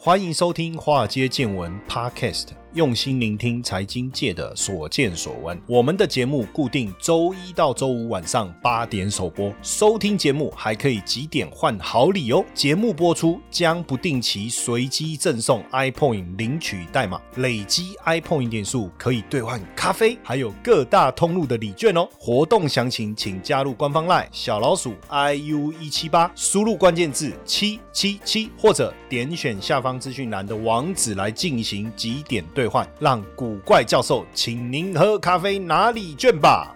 欢迎收听华尔街见闻 Podcast， 用心聆听财经界的所见所闻。我们的节目固定周一到周五晚上8点首播，收听节目还可以集点换好礼哦。节目播出将不定期随机赠送 iPoint 领取代码，累积 iPoint 点数可以兑换咖啡，还有各大通路的礼券哦。活动详情请加入官方 LINE 小老鼠 IU178， 输入关键字777，或者点选下方资讯栏的网址来进行集点兑换，让古怪教授请您喝咖啡拿礼券吧。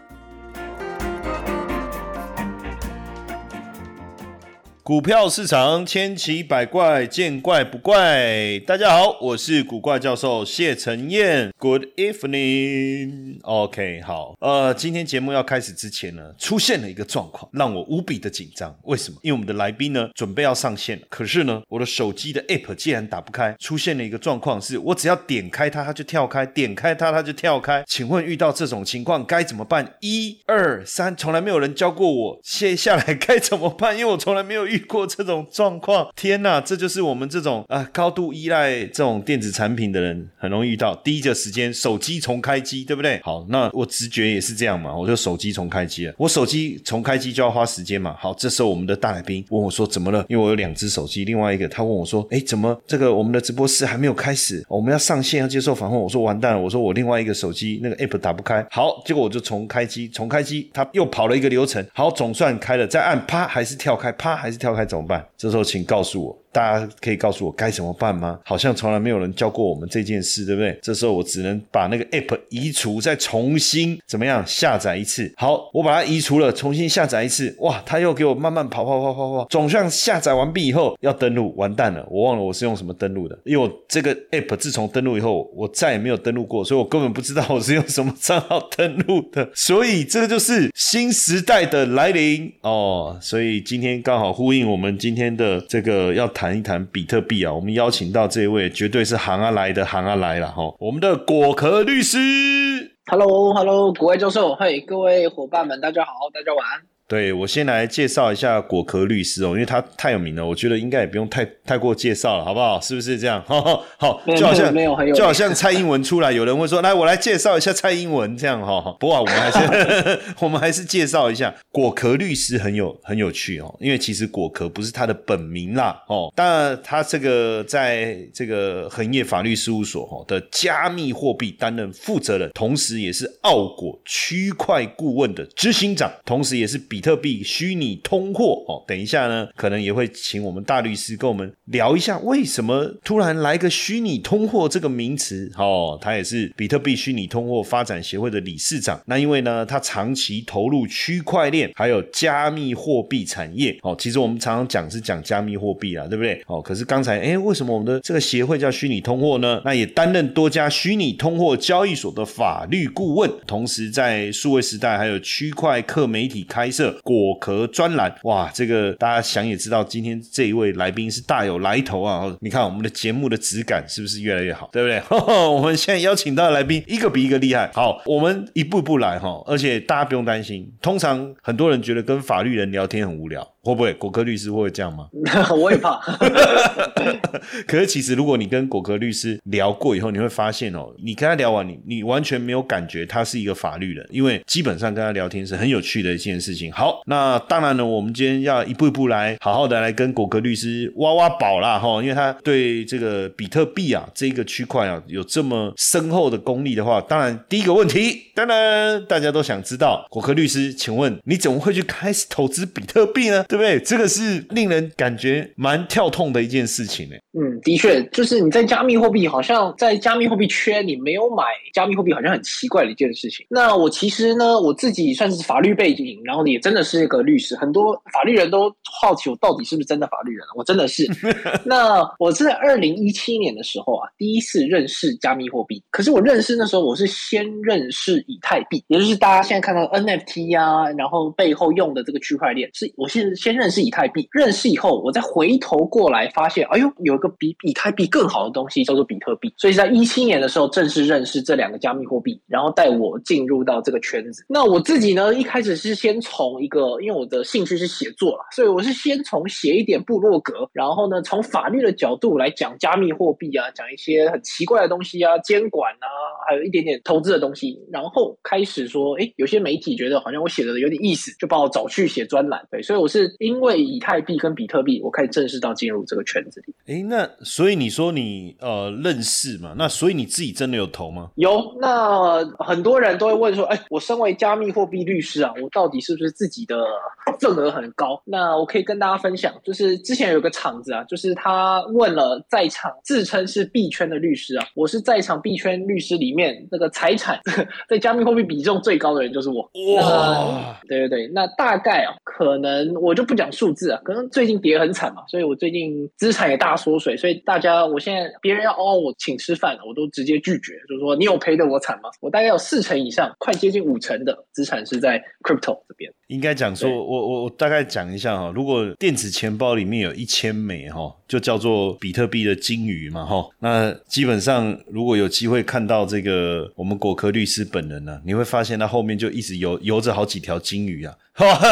股票市场千奇百怪，见怪不怪。大家好，我是古怪教授谢承彦。Good evening。 OK， 好，今天节目要开始之前呢，出现了一个状况，让我无比的紧张。为什么？因为我们的来宾呢，准备要上线了，可是呢，我的手机的 App 竟然打不开，出现了一个状况，是我只要点开它，它就跳开；点开它，它就跳开。请问遇到这种情况该怎么办？1、2、3，从来没有人教过我，接下来该怎么办？因为我从来没有遇过这种状况。天哪，这就是我们这种高度依赖这种电子产品的人很容易遇到。第一个时间，手机重开机，对不对？好，那我直觉也是这样嘛，我就手机重开机了。我手机重开机就要花时间嘛。好，这时候我们的大来宾问我说怎么了？因为我有2只手机，另外一个他问我说怎么这个我们的直播室还没有开始，我们要上线要接受访问。我说完蛋了，我说我另外一个手机那个 App 打不开。好，结果我就重开机，他又跑了一个流程。好，总算开了，再按啪还是跳开，啪还是跳开，怎么办？这时候请告诉我，大家可以告诉我该怎么办吗？好像从来没有人教过我们这件事，对不对？这时候我只能把那个 App 移除，再重新怎么样下载一次。好，我把它移除了，重新下载一次。哇，它又给我慢慢跑，总算下载完毕以后要登录，完蛋了，我忘了我是用什么登录的，因为我这个 App 自从登录以后，我再也没有登录过，所以我根本不知道我是用什么账号登录的。所以这个就是新时代的来临哦。所以今天刚好呼应我们今天的这个要谈一谈比特币啊，我们邀请到这位绝对是行啊来的行啊来了齁，我们的果壳律师。 Hello， 国外教授，嘿，各位伙伴们，大家好，大家晚安。 对，我先来介绍一下果壳律师哦，因为他太有名了，我觉得应该也不用太过介绍了，好不好？是不是这样？好，就好像蔡英文出来，有人会说，来，我来介绍一下蔡英文，这样哈。不过我们还是介绍一下果壳律师，很有趣哦，因为其实果壳不是他的本名啦哦，当然他这个在这个恒业法律事务所的加密货币担任负责人，同时也是澳果区块顾问的执行长，同时也是比特币虚拟通货哦。等一下呢，可能也会请我们大律师跟我们聊一下，为什么突然来个虚拟通货这个名词哦。他也是比特币虚拟通货发展协会的理事长。那因为呢，他长期投入区块链还有加密货币产业哦。其实我们常常讲加密货币啦，对不对？哦，可是刚才为什么我们的这个协会叫虚拟通货呢？那也担任多家虚拟通货交易所的法律顾问，同时在数位时代还有区块客媒体开设果壳专栏。哇，这个大家想也知道，今天这一位来宾是大有来头啊！你看我们的节目的质感是不是越来越好，对不对？我们现在邀请到的来宾一个比一个厉害。好，我们一步步来哈，而且大家不用担心，通常很多人觉得跟法律人聊天很无聊，会不会？果壳律师会这样吗？ 我也怕。 可是其实如果你跟果壳律师聊过以后，你会发现哦，你跟他聊完，你完全没有感觉他是一个法律人，因为基本上跟他聊天是很有趣的一件事情。好，那当然呢，我们今天要一步一步来好好的来跟果壳律师挖宝啦齁，因为他对这个比特币啊这个区块啊有这么深厚的功力的话，当然第一个问题，当然大家都想知道，果壳律师，请问你怎么会去开始投资比特币呢？对不对？这个是令人感觉蛮跳痛的一件事情的确，就是你在加密货币，好像在加密货币圈你没有买加密货币，好像很奇怪的一件事情。那我其实呢，我自己算是法律背景，然后也真的是一个律师，很多法律人都好奇我到底是不是真的法律人，我真的是。那我是在2017年的时候啊，第一次认识加密货币。可是我认识那时候我是先认识以太币，也就是大家现在看到 NFT 啊，然后背后用的这个区块链，我是先认识以太币，认识以后我再回头过来发现，哎呦，有一个比以太币更好的东西叫做比特币。所以在2017年的时候正式认识这两个加密货币，然后带我进入到这个圈子。那我自己呢，一开始是先从一个，因为我的兴趣是写作啦，所以我是先从写一点部落格，然后呢从法律的角度来讲加密货币啊，讲一些很奇怪的东西啊，监管啊，还有一点点投资的东西，然后开始说，有些媒体觉得好像我写的有点意思，就把我找去写专栏。对，所以我是因为以太币跟比特币，我开始正式到进入这个圈子里。 那所以你说你认识嘛？那所以你自己真的有投吗？ 有，那很多人都会问说，我身为加密货币律师啊，我到底是不是自己的份额很高？那我可以跟大家分享，就是之前有个场子啊，就是他问了在场自称是币圈的律师啊，我是在场币圈律师里面那个财产在加密货币比重最高的人就是我。哇，对对对，那大概可能我就不讲数字啊，可能最近跌很惨嘛，所以我最近资产也大缩水，所以大家我现在别人要我请吃饭，我都直接拒绝，就是说你有赔得我惨吗？我大概有40%以上，快接近50%的资产是在 crypto 这边。 应该讲说，我大概讲一下哈，如果电子钱包里面有1000枚哈，就叫做比特币的金鱼嘛哈。那基本上如果有机会看到这个我们果壳律师本人呢，你会发现他后面就一直游着好几条金鱼啊，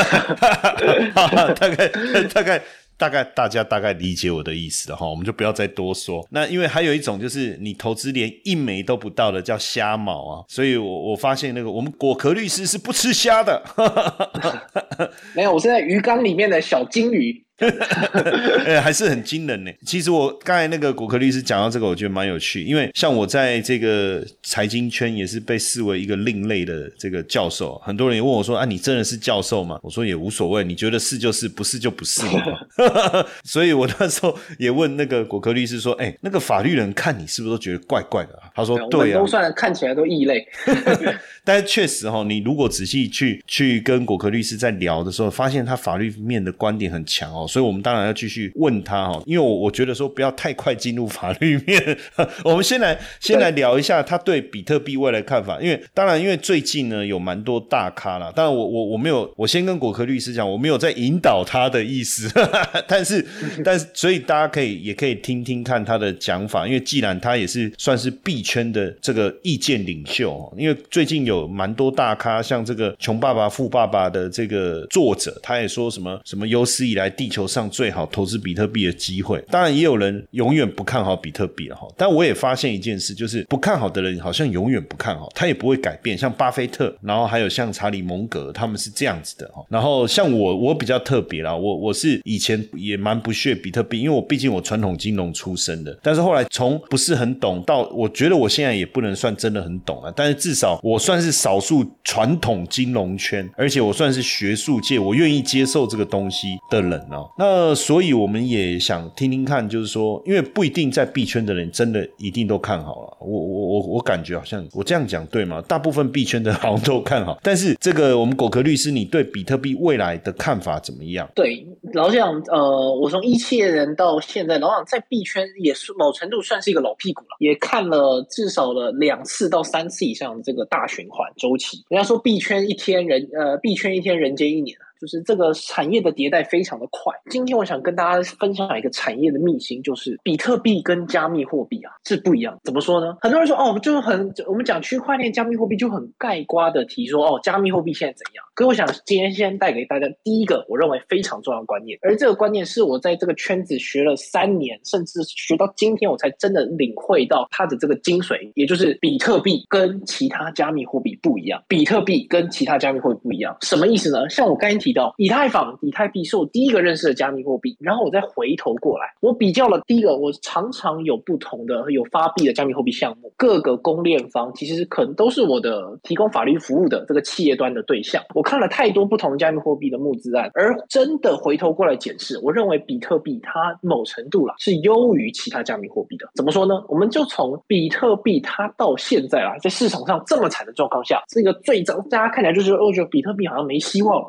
大概大家大概理解我的意思了齁，我们就不要再多说。那因为还有一种就是你投资连1枚都不到的叫虾毛啊，所以我发现那个我们果壳律师是不吃虾的。 没有，我是在鱼缸里面的小金鱼。 还是很惊人呢。其实我刚才那个果壳律师讲到这个，我觉得蛮有趣，因为像我在这个财经圈也是被视为一个另类的这个教授，很多人也问我说啊，你真的是教授吗？我说也无所谓，你觉得是就是，不是就不是嘛。所以我那时候也问那个果壳律师说，那个法律人看你是不是都觉得怪怪的他说对啊， 我们都算看起来都异类。 但是确实你如果仔细去跟果壳律师在聊的时候，发现他法律面的观点很强所以我们当然要继续问他因为我觉得说不要太快进入法律面。我们先来聊一下他对比特币未来看法，因为最近呢有蛮多大咖啦，当然我没有，我先跟果壳律师讲，我没有在引导他的意思。但是所以大家也可以听听看他的讲法，因为既然他也是算是币圈的这个意见领袖，因为最近有蛮多大咖，像这个穷爸爸富爸爸的这个作者，他也说什么有史以来地球上最好投资比特币的机会。当然也有人永远不看好比特币但我也发现一件事，就是不看好的人好像永远不看好，他也不会改变，像巴菲特，然后还有像查理蒙格，他们是这样子的然后像我比较特别啦，我是以前也蛮不屑比特币，因为毕竟我传统金融出身的，但是后来从不是很懂到我觉得我现在也不能算真的很懂但是至少我算是少数传统金融圈，而且我算是学术界我愿意接受这个东西的人那所以我们也想听听看，就是说因为不一定在币圈的人真的一定都看好了，我感觉好像我这样讲对吗？大部分币圈的好像都看好，但是这个我们果壳律师，你对比特币未来的看法怎么样？ 对，老实讲我从17年到现在，老实讲在币圈也是某程度算是一个老屁股了，也看了至少了2次到3次以上的这个大循环周期。人家说币圈一天人间一年就是这个产业的迭代非常的快。今天我想跟大家分享一个产业的秘辛，就是比特币跟加密货币是不一样。怎么说呢？很多人说我们讲区块链加密货币就很概括的提说加密货币现在怎样。可是我想今天先带给大家第一个我认为非常重要的观念，而这个观念是我在这个圈子学了3年，甚至学到今天我才真的领会到它的这个精髓，也就是比特币跟其他加密货币不一样。比特币跟其他加密货币不一样，什么意思呢？像我刚才提到以太坊、以太币是我第一个认识的加密货币，然后我再回头过来，我比较了第一个，我常常有不同的有发币的加密货币项目，各个公链方其实可能都是我的提供法律服务的这个企业端的对象。我看了太多不同的加密货币的募资案，而真的回头过来检视，我认为比特币它某程度是优于其他加密货币的。怎么说呢？我们就从比特币它到现在在市场上这么惨的状况下，这个最早大家看起来就是觉得比特币好像没希望了，这种最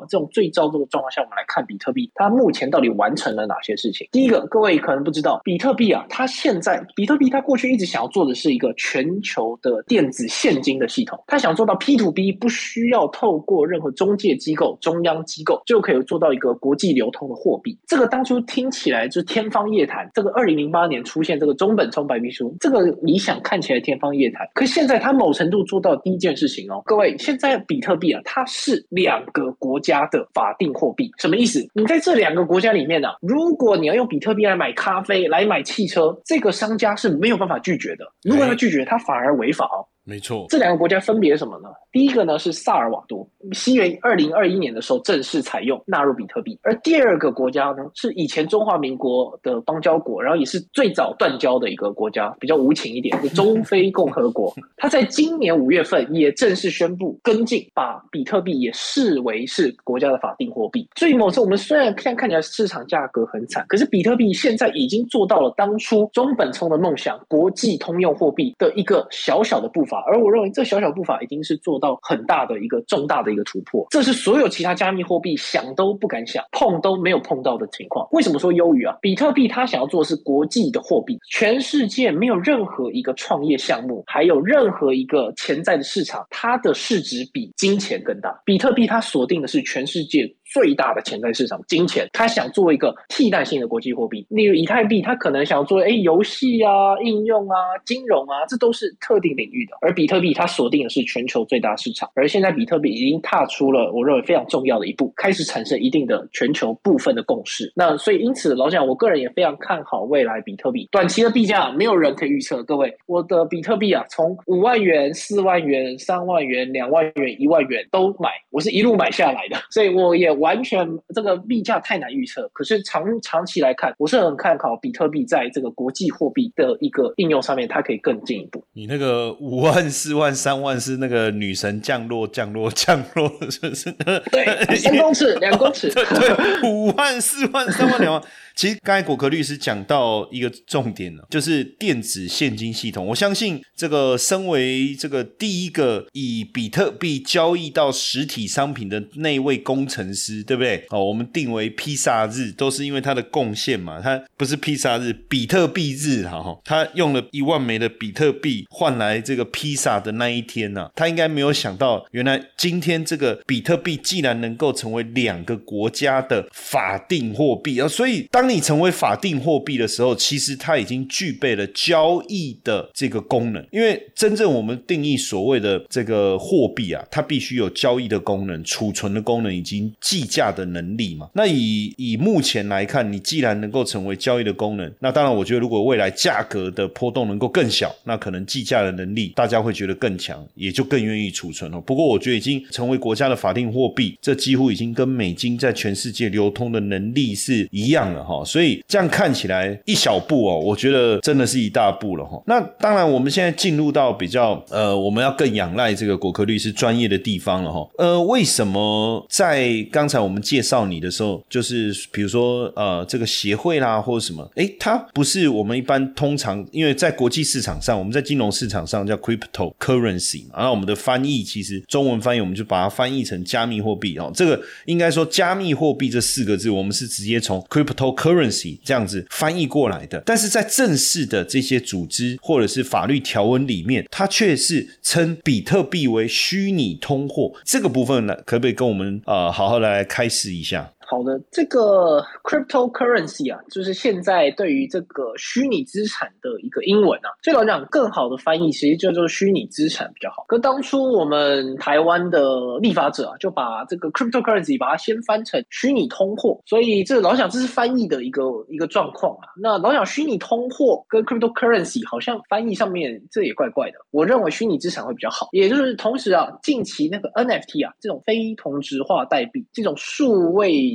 照这个状况下，我们来看比特币它目前到底完成了哪些事情。第一个，各位可能不知道，比特币啊，比特币它过去一直想要做的是一个全球的电子现金的系统，它想做到 P2B 不需要透过任何中介机构、中央机构就可以做到一个国际流通的货币。这个当初听起来就是天方夜谭，这个2008年出现这个中本聪白皮书，这个理想看起来天方夜谭，可现在它某程度做到第一件事情哦，各位，现在比特币啊，它是2个国家的法定货币，什么意思？你在这2个国家里面啊，如果你要用比特币来买咖啡、来买汽车，这个商家是没有办法拒绝的。如果他拒绝，他反而违法哦。 没错， 这2个国家分别是什么呢？第一个呢是萨尔瓦多，西元2021年的时候正式采用纳入比特币，而第2个国家呢是以前中华民国的邦交国，然后也是最早断交的一个国家，比较无情一点，是中非共和国。它在今年5月份也正式宣布跟进，把比特币也视为是国家的法定货币。所以某次我们虽然现在看起来市场价格很惨，可是比特币现在已经做到了当初中本聪的梦想，国际通用货币的一个小小的步伐。而我认为这小小步伐已经是做到很大的一个重大的一个突破，这是所有其他加密货币想都不敢想、碰都没有碰到的情况。为什么说优于啊？比特币它想要做的是国际的货币，全世界没有任何一个创业项目，还有任何一个潜在的市场，它的市值比金钱更大。比特币它锁定的是全世界最大的潜在市场金钱，它想做一个替代性的国际货币，例如以太币，它可能想做游戏啊、应用啊、金融啊，这都是特定领域的。而比特币它锁定的是全球最大市场，而现在比特币已经踏出了我认为非常重要的一步，开始产生一定的全球部分的共识。那所以因此老实讲，我个人也非常看好未来比特币短期的币价，没有人可以预测。各位，我的比特币啊，从5万元、4万元、3万元、2万元、1万元都买，我是一路买下来的，所以我也完全这个币价太难预测。可是长期来看，我是很看好比特币在这个国际货币的一个应用上面，它可以更进一步。 你那个5万、4万、3万是那个女神降落，是不是？ 对，3公尺、2公尺， 对，5万、4万、3万、2万。其实刚才果壳律师讲到一个重点了，就是电子现金系统。我相信这个身为这个第一个以比特币交易到实体商品的那位工程师，对不对？我们定为披萨日，都是因为他的贡献嘛。他不是披萨日，比特币日他用了1万枚的比特币换来这个披萨的那一天啊，他应该没有想到，原来今天这个比特币既然能够成为2个国家的法定货币，所以当你成为法定货币的时候，其实它已经具备了交易的这个功能。因为真正我们定义所谓的这个货币啊，它必须有交易的功能、储存的功能以及计价的能力嘛。那以目前来看，你既然能够成为交易的功能，那当然我觉得如果未来价格的波动能够更小，那可能计价的能力大家会觉得更强，也就更愿意储存了。不过我觉得已经成为国家的法定货币，这几乎已经跟美金在全世界流通的能力是一样了。所以这样看起来一小步我觉得真的是一大步了。那当然我们现在进入到比较我们要更仰赖这个果壳律师专业的地方了为什么在刚才我们介绍你的时候，就是比如说这个协会啦或者什么它不是我们一般通常，因为在国际市场上，我们在金融市场上叫 cryptocurrency 嘛，然后我们的翻译其实中文翻译我们就把它翻译成加密货币这个应该说加密货币这4个字我们是直接从 cryptocurrency 这样子翻译过来的，但是在正式的这些组织或者是法律条文里面，它却是称比特币为虚拟通货。这个部分呢，可不可以跟我们好好的来开示一下？ 好的，这个 cryptocurrency 啊，就是现在对于这个虚拟资产的一个英文啊，所以老讲更好的翻译其实就虚拟资产比较好。可当初我们台湾的立法者啊，就把这个 cryptocurrency 把它先翻成虚拟通货，所以这老讲这是翻译的一个状况啊。那老讲虚拟通货跟 cryptocurrency 好像翻译上面这也怪怪的，我认为虚拟资产会比较好。也就是同时啊，近期那个 NFT 啊，这种非同质化代币，这种数位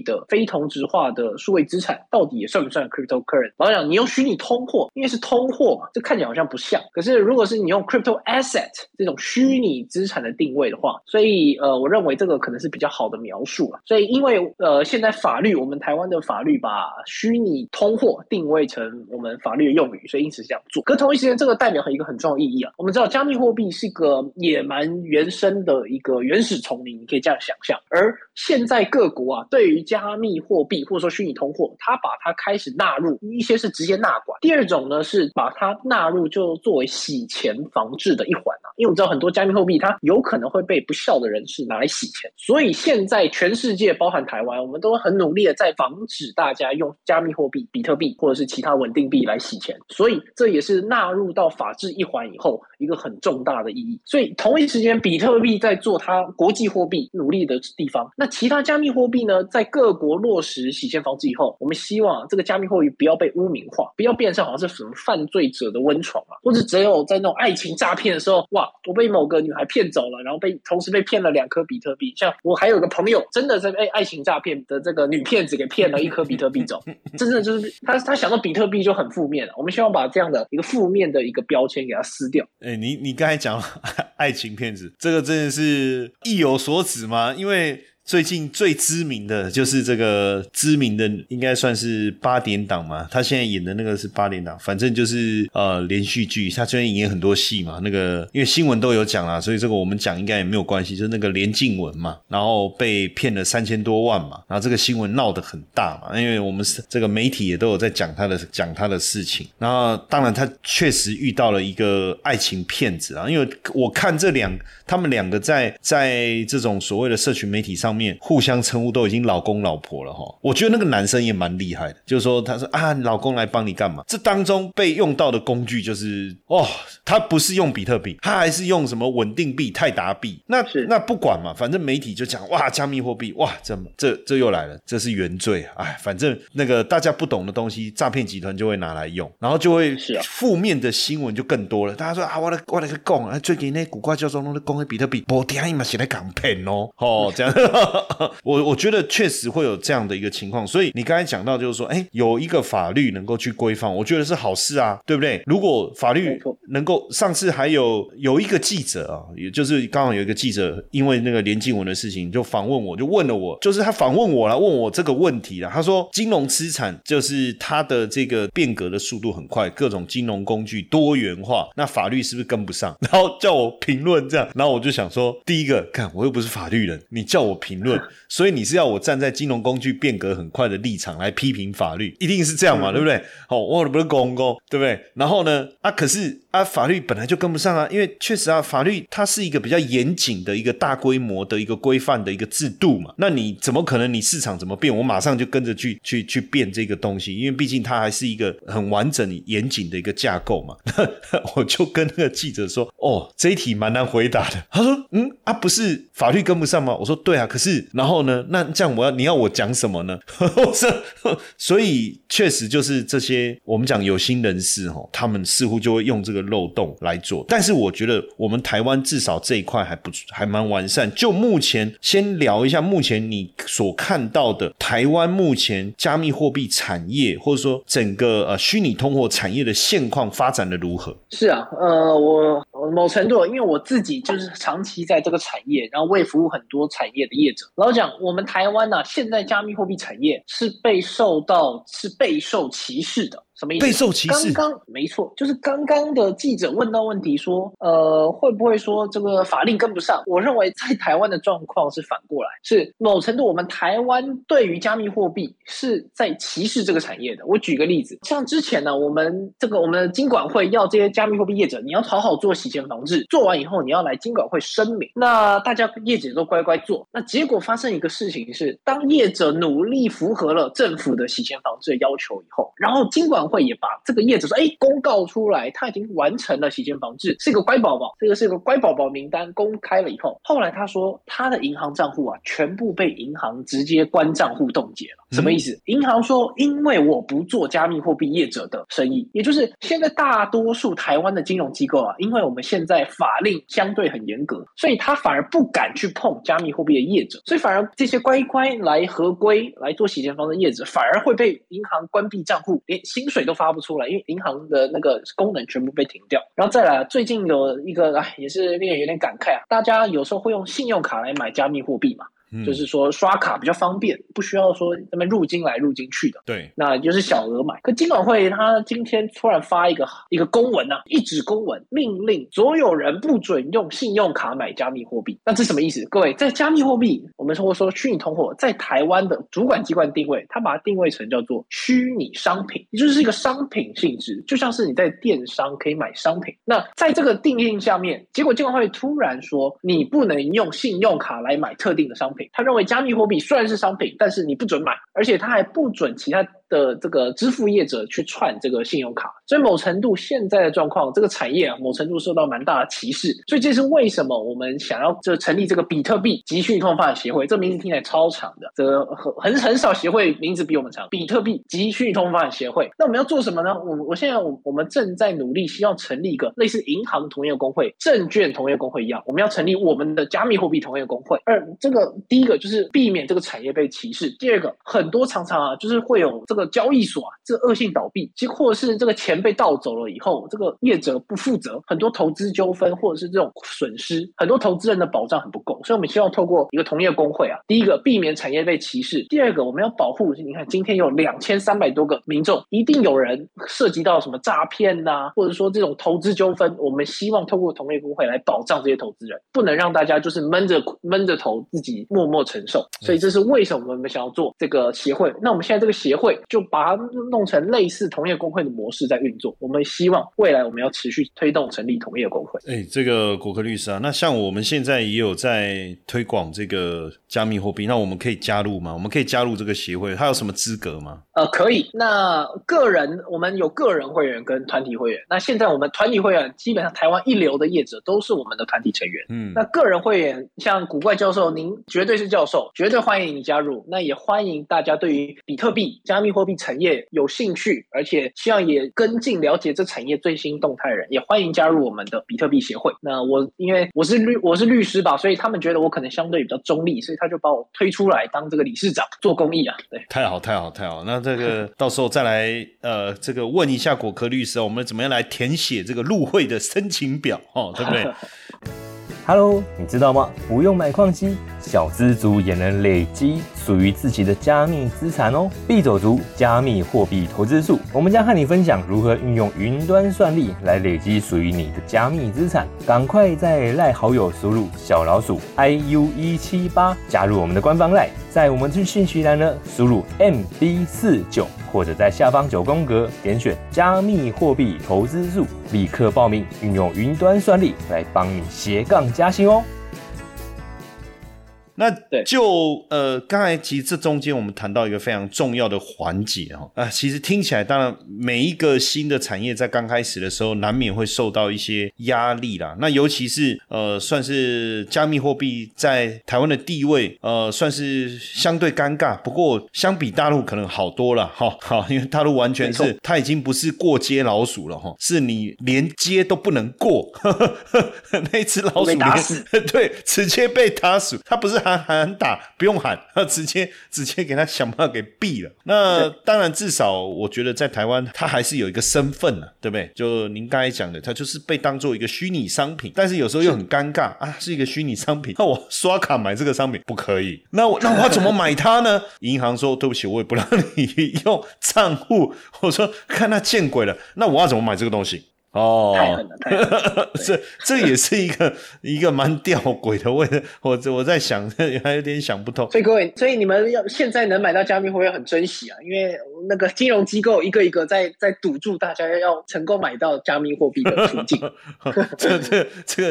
的非同质化的数位资产到底也算不算 cryptocurrency？ 老实讲，你用虚拟通货，因为是通货嘛，这看起来好像不像。可是如果是你用 crypto asset 这种虚拟资产的定位的话，所以我认为这个可能是比较好的描述了。所以因为现在法律，我们台湾的法律把虚拟通货定位成我们法律的用语，所以因此是这样做。可同一时间，这个代表一个很重要的意义啊。我们知道加密货币是一个也蛮原生的一个原始丛林，你可以这样想象。而现在各国啊，对于加密货币或者说虚拟通货，它把它开始纳入，一些是直接纳管，第二种呢是把它纳入就作为洗钱防治的一环啊。因为我们知道很多加密货币它有可能会被不孝的人士拿来洗钱，所以现在全世界包含台湾，我们都很努力的在防止大家用加密货币、比特币或者是其他稳定币来洗钱，所以这也是纳入到法治一环以后一个很重大的意义。所以同一时间，比特币在做它国际货币努力的地方，那其他加密货币呢，在各国落实洗钱防治以后，我们希望这个加密货币不要被污名化，不要变成好像是什么犯罪者的温床啊，或者只有在那种爱情诈骗的时候，哇，我被某个女孩骗走了，然后同时被骗了2颗比特币。像我还有个朋友真的在被爱情诈骗的这个女骗子给骗了1颗比特币走，真的就是他想到比特币就很负面了。我们希望把这样的一个负面的一个标签给它撕掉。 你刚才讲爱情骗子，这个真的是意有所指吗？因为最近最知名的就是这个知名的应该算是8点档嘛，他现在演的那个是8点档，反正就是连续剧，他最近演很多戏嘛，那个因为新闻都有讲啦，所以这个我们讲应该也没有关系，就是那个连晋文嘛，然后被骗了3000多万嘛，然后这个新闻闹得很大嘛，因为我们这个媒体也都有在讲他的事情，然后当然他确实遇到了一个爱情骗子啊，因为我看他们两个在这种所谓的社群媒体上面互相称呼都已经老公老婆了齁。我觉得那个男生也蛮厉害的，就是说他说啊，老公来帮你干嘛？这当中被用到的工具就是他不是用比特币，他还是用什么稳定币、泰达币。那不管嘛，反正媒体就讲哇，加密货币哇，这又来了，这是原罪。哎，反正那个大家不懂的东西，诈骗集团就会拿来用，然后就会负面的新闻就更多了。大家说啊，我来去讲啊，最近那古怪教授都在讲比特币，没听伊嘛是在讲骗这样。我觉得确实会有这样的一个情况，所以你刚才讲到就是说有一个法律能够去规范，我觉得是好事啊，对不对？如果法律能够，上次还有一个记者啊，也就是刚好有一个记者因为那个连晋文的事情就访问我，就问了我，就是他访问我啦，问我这个问题啦，他说金融资产就是它的这个变革的速度很快，各种金融工具多元化，那法律是不是跟不上？然后叫我评论这样，然后我就想说，第一个看我又不是法律人，你叫我评论，所以你是要我站在金融工具变革很快的立场来批评法律，一定是这样嘛，对不对？我不是公公，对不对？然后呢可是法律本来就跟不上啊，因为确实法律它是一个比较严谨的一个大规模的一个规范的一个制度嘛，那你怎么可能你市场怎么变，我马上就跟着去变这个东西，因为毕竟它还是一个很完整严谨的一个架构嘛。我就跟那个记者说，这一题蛮难回答的。他说不是法律跟不上吗？我说对啊，可是然后呢，那这样你要我讲什么呢？所以确实就是这些我们讲有心人士他们似乎就会用这个漏洞来做，但是我觉得我们台湾至少这一块还蛮完善。就目前先聊一下目前你所看到的台湾目前加密货币产业或者说整个虚拟通货产业的现况发展的如何？ 是啊，我某程度因为我自己就是长期在这个产业，然后我也服务很多产业的业者。老实讲，我们台湾现在加密货币产业是备受歧视的。什么意思？ 备受歧视？ 没错，就是刚刚的记者问到问题说，会不会说这个法令跟不上？我认为在台湾的状况是反过来，是某程度我们台湾对于加密货币是在歧视这个产业的。我举个例子，像之前呢，我们的金管会要这些加密货币业者，你要好好做洗钱防治，做完以后你要来金管会声明。那大家业者都乖乖做，那结果发生一个事情是，当业者努力符合了政府的洗钱防治的要求以后，然后金管会也把这个业者说公告出来，他已经完成了洗钱防治，是一个乖宝宝，这个是一个乖宝宝名单公开了以后，后来他说他的银行账户全部被银行直接关账户冻结了。 什么意思？银行说，因为我不做加密货币业者的生意，也就是现在大多数台湾的金融机构啊，因为我们现在法令相对很严格，所以他反而不敢去碰加密货币的业者，所以反而这些乖乖来合规来做洗钱方的业者，反而会被银行关闭账户，连薪水都发不出来，因为银行的那个功能全部被停掉。然后再来，最近有一个也是令人有点感慨啊，大家有时候会用信用卡来买加密货币嘛。就是说刷卡比较方便，不需要说这么入金来入金去的。 对， 那就是小额买。可金管会他今天突然发一个公文啊，一纸公文命令所有人不准用信用卡买加密货币。那这什么意思？各位，在加密货币，我们说虚拟通货，在台湾的主管机关定位，它把它定位成叫做虚拟商品，也就是一个商品性质，就像是你在电商可以买商品。那在这个定义下面，结果金管会突然说，你不能用信用卡来买特定的商品。他认为加密货币虽然是商品，但是你不准买，而且他还不准其他的这个支付业者去串这个信用卡，所以某程度现在的状况，这个产业某程度受到蛮大的歧视。所以这是为什么我们想要成立这个比特币及虚拟通货发展协会，这名字听起来超长的，这个很少协会名字比我们长，比特币及虚拟通货发展协会。那我们要做什么呢？我们正在努力，希望成立一个类似银行同业工会、证券同业工会一样，我们要成立我们的加密货币同业工会。这个第一个就是避免这个产业被歧视，第二个很多常常就是会有这个交易所这恶性倒闭，或者是这个钱被盗走了以后，这个业者不负责，很多投资纠纷或者是这种损失，很多投资人的保障很不够，所以我们希望透过一个同业工会第一个避免产业被歧视，第二个我们要保护，你看今天有2300多个民众，一定有人涉及到什么诈骗或者说这种投资纠纷，我们希望透过同业工会来保障这些投资人，不能让大家就是闷着头自己默默承受。所以这是为什么我们想要做这个协会。那我们现在这个协会就把它弄成类似同业工会的模式在运作，我们希望未来我们要持续推动成立同业工会。 这个国科律师那像我们现在也有在推广这个加密货币，那我们可以加入吗？我们可以加入这个协会，它有什么资格吗？ 可以。那我们有个人会员跟团体会员，那现在我们团体会员基本上台湾一流的业者都是我们的团体成员。那个人会员像古怪教授，您绝对是教授，绝对欢迎你加入。那也欢迎大家对于比特币、加密货币产业有兴趣，而且希望也跟进了解这产业最新动态的人，也欢迎加入我们的比特币协会。那因为我是律师吧，所以他们觉得我可能相对比较中立，所以他就把我推出来当这个理事长做公益对， 太好。那这个到时候再来这个问一下果壳律师，我们怎么样来填写这个入会的申请表对不对 Hello， 你知道吗？不用买矿机，小资族也能累积属于自己的加密资产哦。币走族加密货币投资术，我们将和你分享如何运用云端算力来累积属于你的加密资产。赶快在赖好友输入小老鼠 IU178 加入我们的官方赖，在我们的讯息栏呢输入 MB49，或者在下方9宫格点选加密货币投资术，立刻报名，运用云端算力来帮你斜杠加薪哦。 那就刚才其实这中间我们谈到一个非常重要的环节其实听起来当然每一个新的产业在刚开始的时候难免会受到一些压力啦。那尤其是算是加密货币在台湾的地位算是相对尴尬，不过相比大陆可能好多了因为大陆完全是它已经不是过街老鼠了是你连街都不能过那只老鼠被打死对，直接被打死，它不是喊打，不用喊，直接给他想办法给毙了。那当然至少我觉得在台湾它还是有一个身份对不对？就您刚才讲的，它就是被当作一个虚拟商品，但是有时候又很尴尬是一个虚拟商品，那我刷卡买这个商品不可以，那我要怎么买它呢？银行说对不起，我也不让你用账户，我说看他见鬼了，那我要怎么买这个东西？ 太狠了这也是一个蛮吊诡的位置，我在想还有点想不通。 所以各位，你们现在能买到加密货币很珍惜因为那个金融机构一个一个在堵住大家要成功买到加密货币的途径这个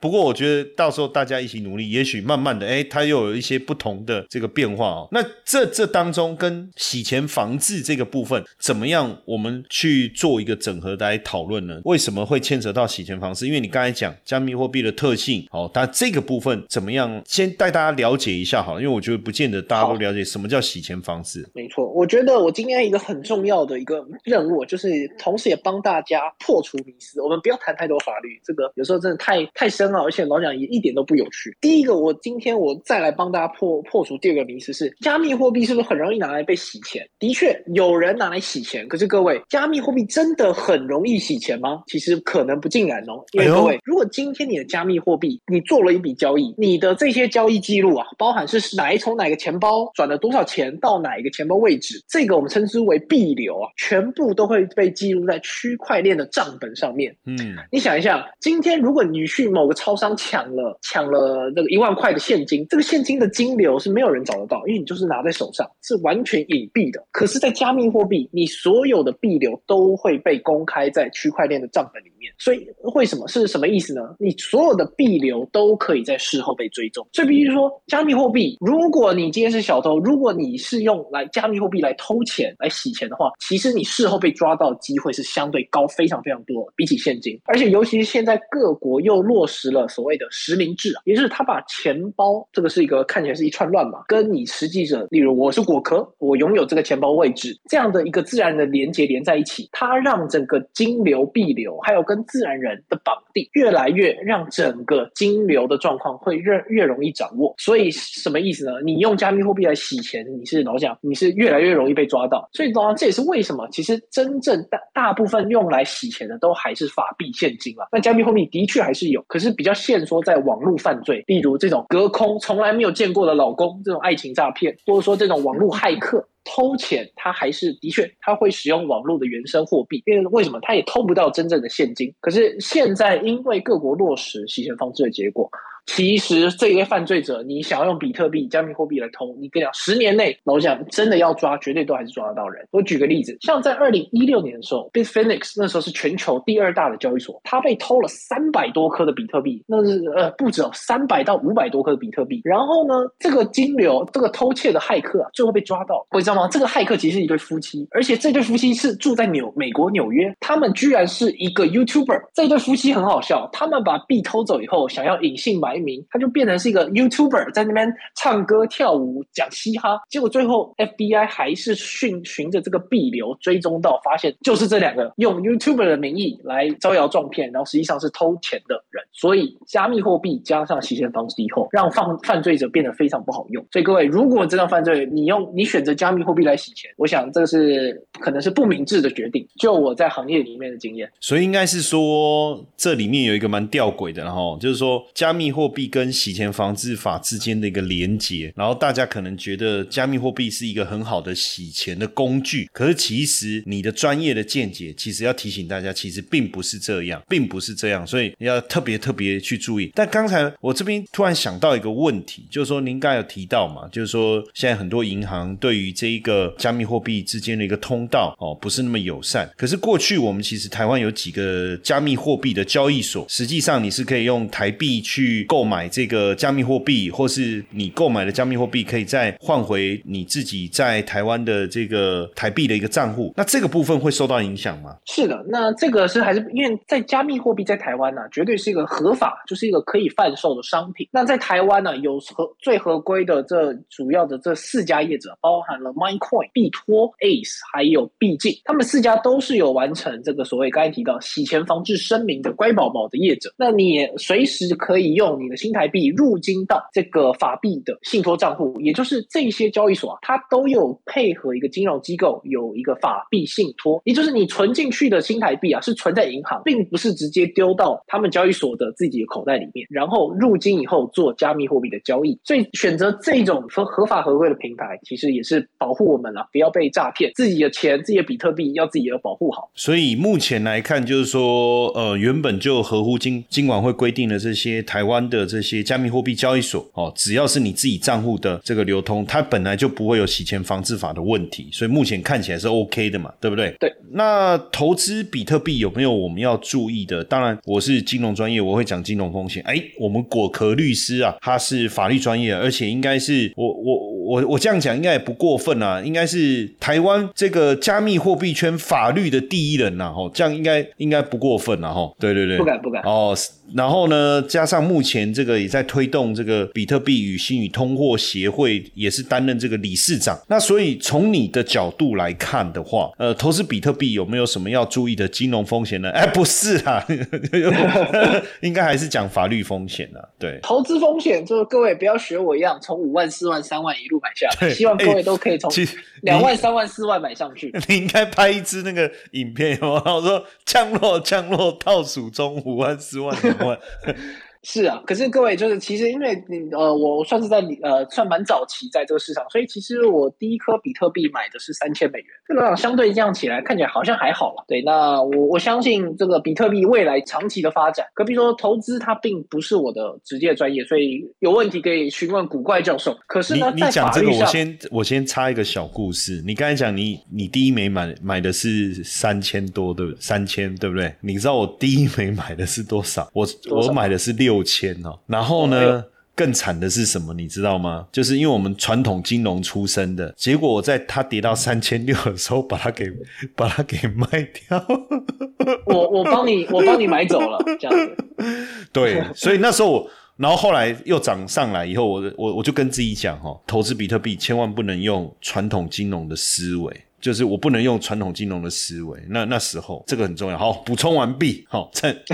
不过我觉得到时候大家一起努力，也许慢慢的它又有一些不同的这个变化哦。那这当中跟洗钱防治这个部分怎么样我们去做一个整合来讨论呢？为什么会牵扯到洗钱防治？因为你刚才讲加密货币的特性但这个部分怎么样先带大家了解一下好了，因为我觉得不见得大家都了解什么叫洗钱防治。 没错，我觉得我今天一个很重要的一个任务，就是同时也帮大家破除迷思。我们不要谈太多法律，这个有时候真的太深了，而且老讲也一点都不有趣。第一个，今天我再来帮大家破除第二个迷思是，加密货币是不是很容易拿来被洗钱？的确有人拿来洗钱，可是各位，加密货币真的很容易洗钱吗？其实可能不尽然哦。因为各位，如果今天你的加密货币你做了一笔交易，你的这些交易记录啊，包含是从哪个钱包转了多少钱到哪一个钱包位置，这个我们称之为币流啊，全部都会被记录在区块链的账本上面。你想一下，今天如果你去某个超商抢了这个1万块的现金，这个现金的金流是没有人找得到，因为你就是拿在手上，是完全隐蔽的。可是在加密货币，你所有的币流都会被公开在区块链的账本里面。所以为什么是什么意思呢？你所有的币流都可以在事后被追踪。所以比如说加密货币，如果你今天是小偷，如果你是用加密货币来偷钱来洗钱的话，其实你事后被抓到的机会是相对高非常非常多，比起现金。而且尤其是现在各国又落实了所谓的实名制也就是他把钱包，这个是一个看起来是一串乱码，跟你实际者，例如我是果壳，我拥有这个钱包位置，这样的一个自然的连结连在一起，它让整个金流币流还有跟自然人的绑定越来越让整个金流的状况会越容易掌握。所以什么意思呢？你用加密货币来洗钱，你是越来越容易被抓到。所以这也是为什么其实真正大部分用来洗钱的都还是法币现金啦。那加密货币的确还是有，可是比较限缩在网络犯罪，例如这种隔空从来没有见过的老公这种爱情诈骗，或者说这种网络骇客偷钱，他还是的确他会使用网络的原生货币，因为为什么他也偷不到真正的现金。可是现在因为各国落实洗钱防治的结果，其实这些犯罪者你想要用比特币加密货币来偷，你跟你讲10年内老讲真的要抓，绝对都还是抓得到人。我举个例子，像在2016年的时候 Bitfinex 那时候是全球第2大的交易所，他被偷了300多颗的比特币，那是不止300到500多颗的比特币。然后呢，这个金流这个偷窃的骇客最后被抓到，你知道吗？这个骇客其实是一对夫妻，而且这对夫妻是住在美国纽约，他们居然是一个 YouTuber。 这对夫妻很好笑，他们把币偷走以后想要隐姓埋名，他就变成是一个 YouTuber 在那边唱歌跳舞讲嘻哈，结果最后 FBI 还是循着这个币流追踪到，发现就是这2个用 YouTuber 的名义来招摇撞骗，然后实际上是偷钱的人。所以加密货币加上洗钱防治以后，让犯罪者变得非常不好用。所以各位，如果真的犯罪，你选择加密货币来洗钱，我想这是可能是不明智的决定，就我在行业里面的经验。 所以应该是说这里面有一个蛮吊诡的，然后就是说加密货币跟洗钱防治法之间的一个连结，然后大家可能觉得加密货币是一个很好的洗钱的工具，可是其实你的专业的见解其实要提醒大家，其实并不是这样，所以要特别去注意。但刚才我这边突然想到一个问题，就是说您刚才有提到嘛，就是说现在很多银行对于这一个加密货币之间的一个通道不是那么友善，可是过去我们其实台湾有几个加密货币的交易所，实际上你是可以用台币去购买这个加密货币，或是你购买的加密货币可以再换回你自己在台湾的这个台币的一个账户，那这个部分会受到影响吗？ 是的，那这个是还是因为在加密货币在台湾绝对是一个合法，就是一个可以贩售的商品。那在台湾有最合规的这主要的这4家业者，包含了 Minecoin、币托、Ace 还有币境，他们4家都是有完成这个所谓刚才提到洗钱防治声明的乖宝宝的业者。那你也随时可以用你的新台币入金到这个法币的信托账户，也就是这些交易所它都有配合一个金融机构有一个法币信托，也就是你存进去的新台币是存在银行，并不是直接丢到他们交易所的自己的口袋里面，然后入金以后做加密货币的交易。所以选择这种合法合规的平台，其实也是保护我们不要被诈骗，自己的钱自己的比特币要自己的保护好。 所以目前来看，就是说原本就合乎金管会规定的这些台湾的这些加密货币交易所只要是你自己账户的这个流通，它本来就不会有洗钱防治法的问题，所以目前看起来是 OK 的嘛，对不对？ 对。 那投资比特币有没有我们要注意的？当然我是金融专业，我会讲金融风险。我们果壳律师啊，他是法律专业，而且应该是我这样讲应该也不过分啊，应该是台湾这个加密货币圈法律的第一人啊，这样应该不过分啊，对对对， 不敢然后呢，加上目前这个也在推动这个比特币与新与通货协会，也是担任这个理事长。那所以从你的角度来看的话，投资比特币有没有什么要注意的金融风险呢？不是啦应该还是讲法律风险啦。对， 投资风险就是各位不要学我一样从5万、4万、3万一路买下来，希望各位都可以从2万、3万、4万买上去。 你应该拍一支那个影片，然后说降落倒数中5万、4万、2万是啊，可是各位就是其实因为我算是在算蛮早期在这个市场，所以其实我第一颗比特币买的是$3000，这个相对这样起来看起来好像还好了。对，那我相信这个比特币未来长期的发展，可比如说投资它并不是我的直接专业，所以有问题可以询问古怪教授。可是呢， 你讲这个我先插一个小故事。你刚才讲你第一枚买的是3000多，对不对？3000对不对？你知道我第一枚买的是多少？我买的是6000哦。然后呢，更惨的是什么你知道吗？就是因为我们传统金融出身的，结果我在它跌到3600的时候把它给卖掉我帮你买走了这样子。 对，所以那时候然后后来又涨上来以后，我就跟自己讲投资比特币千万不能用传统金融的思维，就是我不能用传统金融的思维。那时候这个很重要。好，补充完毕。好，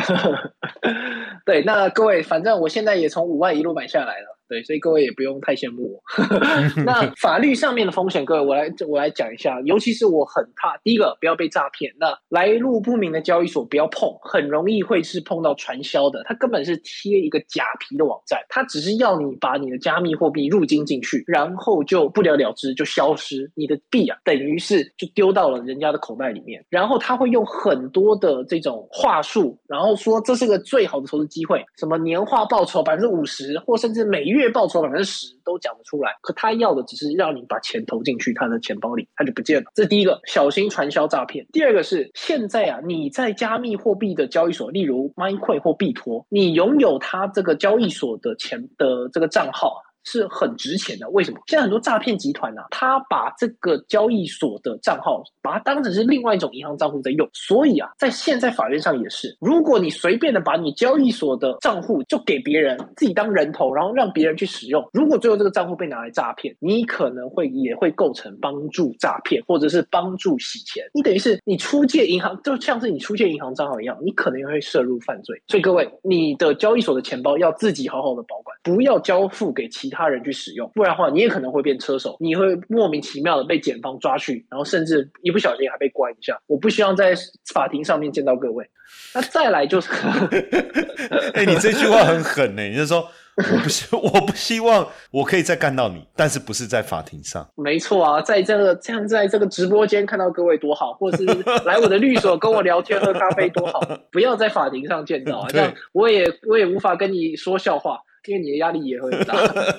对，那各位，反正我现在也从5万一路买下来了。对，所以各位也不用太羡慕我。那法律上面的风险，各位我来讲一下，尤其是我很怕，第一个不要被诈骗，那来路不明的交易所不要碰，很容易会是碰到传销的，它根本是贴一个假皮的网站，它只是要你把你的加密货币入金进去，然后就不了了之，就消失，你的币啊等于是就丢到了人家的口袋里面，然后他会用很多的这种话术，然后说这是个最好的投资机会，什么年化报酬50%，或甚至每月报酬10%都讲得出来，可他要的只是让你把钱投进去他的钱包里，他就不见了。这是第一个，小心传销诈骗。第二个是现在啊，你在加密货币的交易所，例如 Minecoin 或币托，你拥有它这个交易所的钱的这个账号是很值钱的。为什么？现在很多诈骗集团啊，他把这个交易所的账号把它当成是另外一种银行账户在用，所以啊，在现在法律上也是，如果你随便的把你交易所的账户就给别人，自己当人头，然后让别人去使用，如果最后这个账户被拿来诈骗，你可能也会构成帮助诈骗或者是帮助洗钱。你等于是你出借银行，就像是你出借银行账号一样，你可能也会涉入犯罪。所以各位，你的交易所的钱包要自己好好的保管，不要交付给其他人去使用，不然的话你也可能会变车手，你会莫名其妙的被检方抓去，然后甚至一不小心还被关一下。我不希望在法庭上面见到各位。那再来就是你这句话很狠你就说我不希望我可以再干到你，但是不是在法庭上。 没错啊，在这个直播间看到各位多好，或是来我的律所跟我聊天喝咖啡多好，不要在法庭上见到啊，这样我也无法跟你说笑话，因为你的压力也会很大。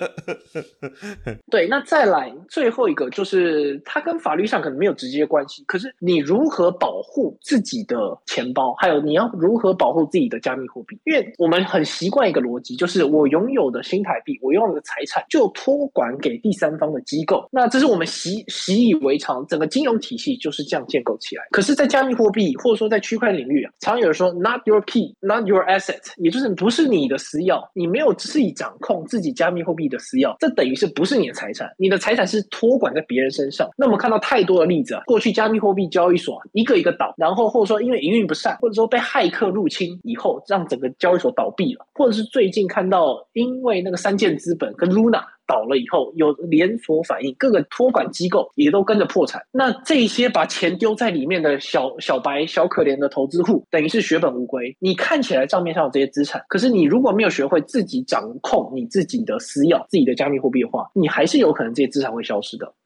对，那再来最后一个就是它跟法律上可能没有直接关系，可是你如何保护自己的钱包，还有你要如何保护自己的加密货币。因为我们很习惯一个逻辑，就是我拥有的新台币，我拥有的财产就托管给第三方的机构，那这是我们习以为常，整个金融体系就是这样建构起来。可是在加密货币或者说在区块领域啊，常有人说 not your key not your asset， 也就是不是你的私钥，你没有自己掌控自己加密货币的私钥，这等于是不是你的财产，你的财产是托管在别人身上。那我们看到太多的例子啊，过去加密货币交易所一个一个倒，然后或者说因为营运不善，或者说被骇客入侵以后让整个交易所倒闭了，或者是最近看到因为那个三箭资本跟 Luna倒了以后有连锁反应，各个托管机构也都跟着破产。那这些把钱丢在里面的小白小可怜的投资户，等于是血本无归。你看起来账面上有这些资产，可是你如果没有学会自己掌控你自己的私钥、自己的加密货币的话，你还是有可能这些资产会消失的。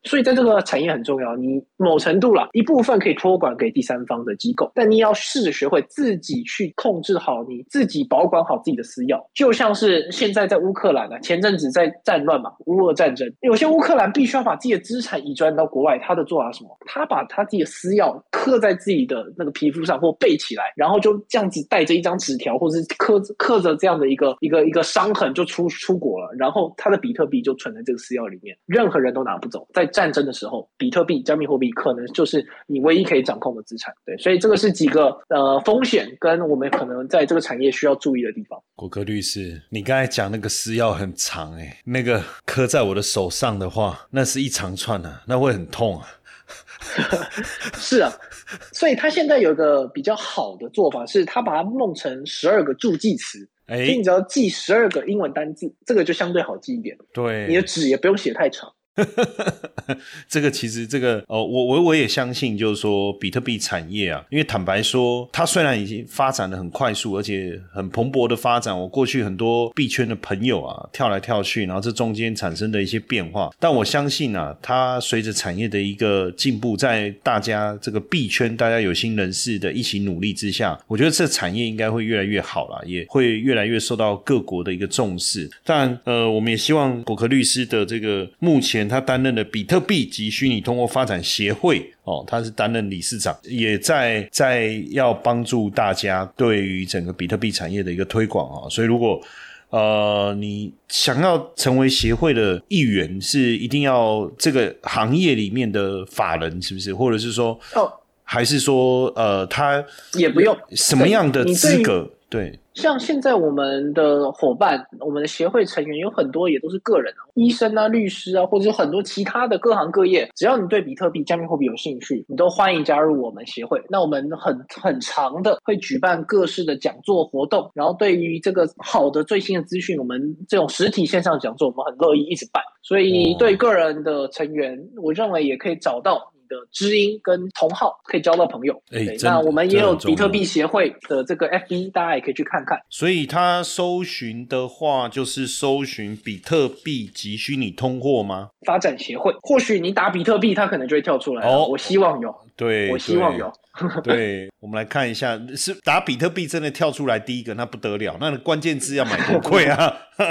所以在这个产业很重要，你某程度啦，一部分可以托管给第三方的机构，但你要试着学会自己去控制好你自己保管好自己的私钥。就像是现在在乌克兰啊，前阵子在战乱嘛，乌俄战争，有些乌克兰必须要把自己的资产移转到国外，他的做法是什么？他把他自己的私钥刻在自己的那个皮肤上或背起来，然后就这样子带着一张纸条，或者是刻着这样的一个伤痕就出国了，然后他的比特币就存在这个私钥里面，任何人都拿不走。在战争的时候，比特币加密货币可能就是你唯一可以掌控的资产。对，所以这个是几个风险跟我们可能在这个产业需要注意的地方。 果壳律师，你刚才讲那个私钥很长那个刻在我的手上的话，那是一长串啊，那会很痛啊。 是啊，所以他现在有一个比较好的做法是，他把它弄成12个助记词，所以你只要记12个英文单字，这个就相对好记一点。 对， 你的纸也不用写太长。 这个其实我也相信，就是说比特币产业啊，因为坦白说，它虽然已经发展得很快速，而且很蓬勃的发展，我过去很多币圈的朋友啊，跳来跳去，然后这中间产生的一些变化，但我相信啊，它随着产业的一个进步，在大家这个币圈大家有心人士的一起努力之下，我觉得这产业应该会越来越好啦，也会越来越受到各国的一个重视。当然我们也希望果壳律师的这个目前他担任的比特币及虚拟通货发展协会他是担任理事长，也在要帮助大家对于整个比特币产业的一个推广所以如果你想要成为协会的一员，是一定要这个行业里面的法人，是不是？或者是说还是说他也不用什么样的资格？对， 像现在我们的伙伴，我们的协会成员有很多也都是个人医生啊、律师啊，或者是很多其他的各行各业，只要你对比特币、加密货币有兴趣，你都欢迎加入我们协会。那我们很长的会举办各式的讲座活动，然后对于这个好的最新的资讯，我们这种实体线上讲座，我们很乐意一直办。所以对个人的成员，我认为也可以找到的知音跟同好，可以交到朋友。那我们也有比特币协会的这个 FB， 大家也可以去看看。 所以他搜寻的话，就是搜寻比特币及虚拟通货吗？ 发展协会，或许你打比特币，它可能就会跳出来。我希望有。 对， 我希望有。 对，我们来看一下，是打比特币真的跳出来第一个，那不得了，那关键字要买多贵啊？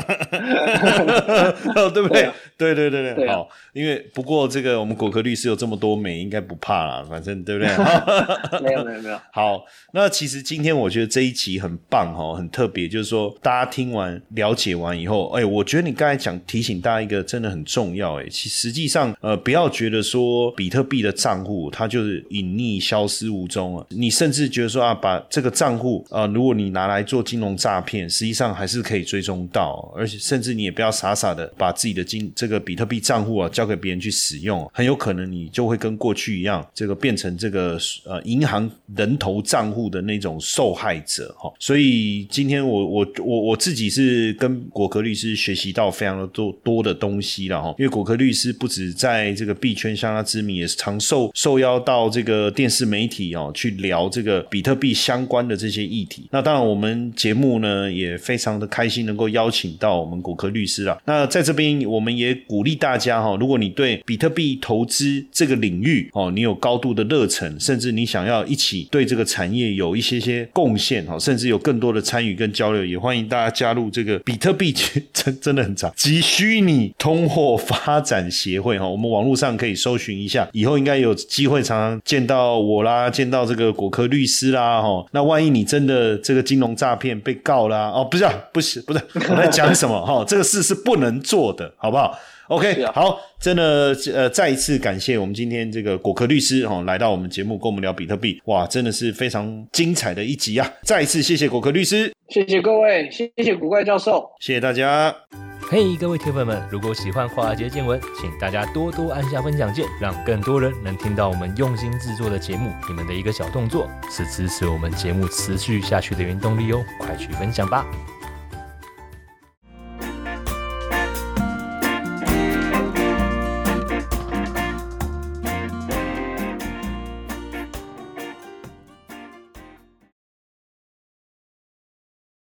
对不对？对，好，因为不过这个我们果壳律师有这么多美，应该不怕啦，反正对不对？ 没有。 好，那其实今天我觉得这一集很棒很特别，就是说大家听完了解完以后，我觉得你刚才提醒大家一个真的很重要，其实际上不要觉得说比特币的账户它就是隐匿消失无踪你甚至觉得说把这个账户如果你拿来做金融诈骗，实际上还是可以追踪到，而且甚至你也不要傻傻的把自己的这个比特币账户交给别人去使用，很有可能你就会跟过去一样，这个变成这个银行人头账户的那种受害者所以今天我自己是跟果壳律师学习到非常多的东西啦因为果壳律师不止在这个币圈相当知名，也是常受邀到这个电视媒体去聊这个比特币相关的这些议题。那当然我们节目呢也非常的开心能够邀请到我们果壳律师啦。那在这边我们也鼓励大家如果你对比特币投资这个领域你有高度的热忱，甚至你想要一起对这个产业有一些贡献甚至有更多的参与跟交流，也欢迎大家加入这个比特币真的很长及虚拟通货发展协会我们网络上可以搜寻一下，以后应该有机会常常见到我啦，见到这个果壳律师啦那万一你真的这个金融诈骗被告啦不是我在讲什么这个事是不能做的，好不好？OK， 好，真的再一次感谢我们今天这个果壳律师来到我们节目跟我们聊比特币，哇，真的是非常精彩的一集啊！再一次谢谢果壳律师， 谢谢各位，谢谢古怪教授， 谢谢大家。 嘿，各位铁粉们，如果喜欢华尔街见闻，请大家多多按下分享键，让更多人能听到我们用心制作的节目。你们的一个小动作是支持我们节目持续下去的原动力哦，快去分享吧。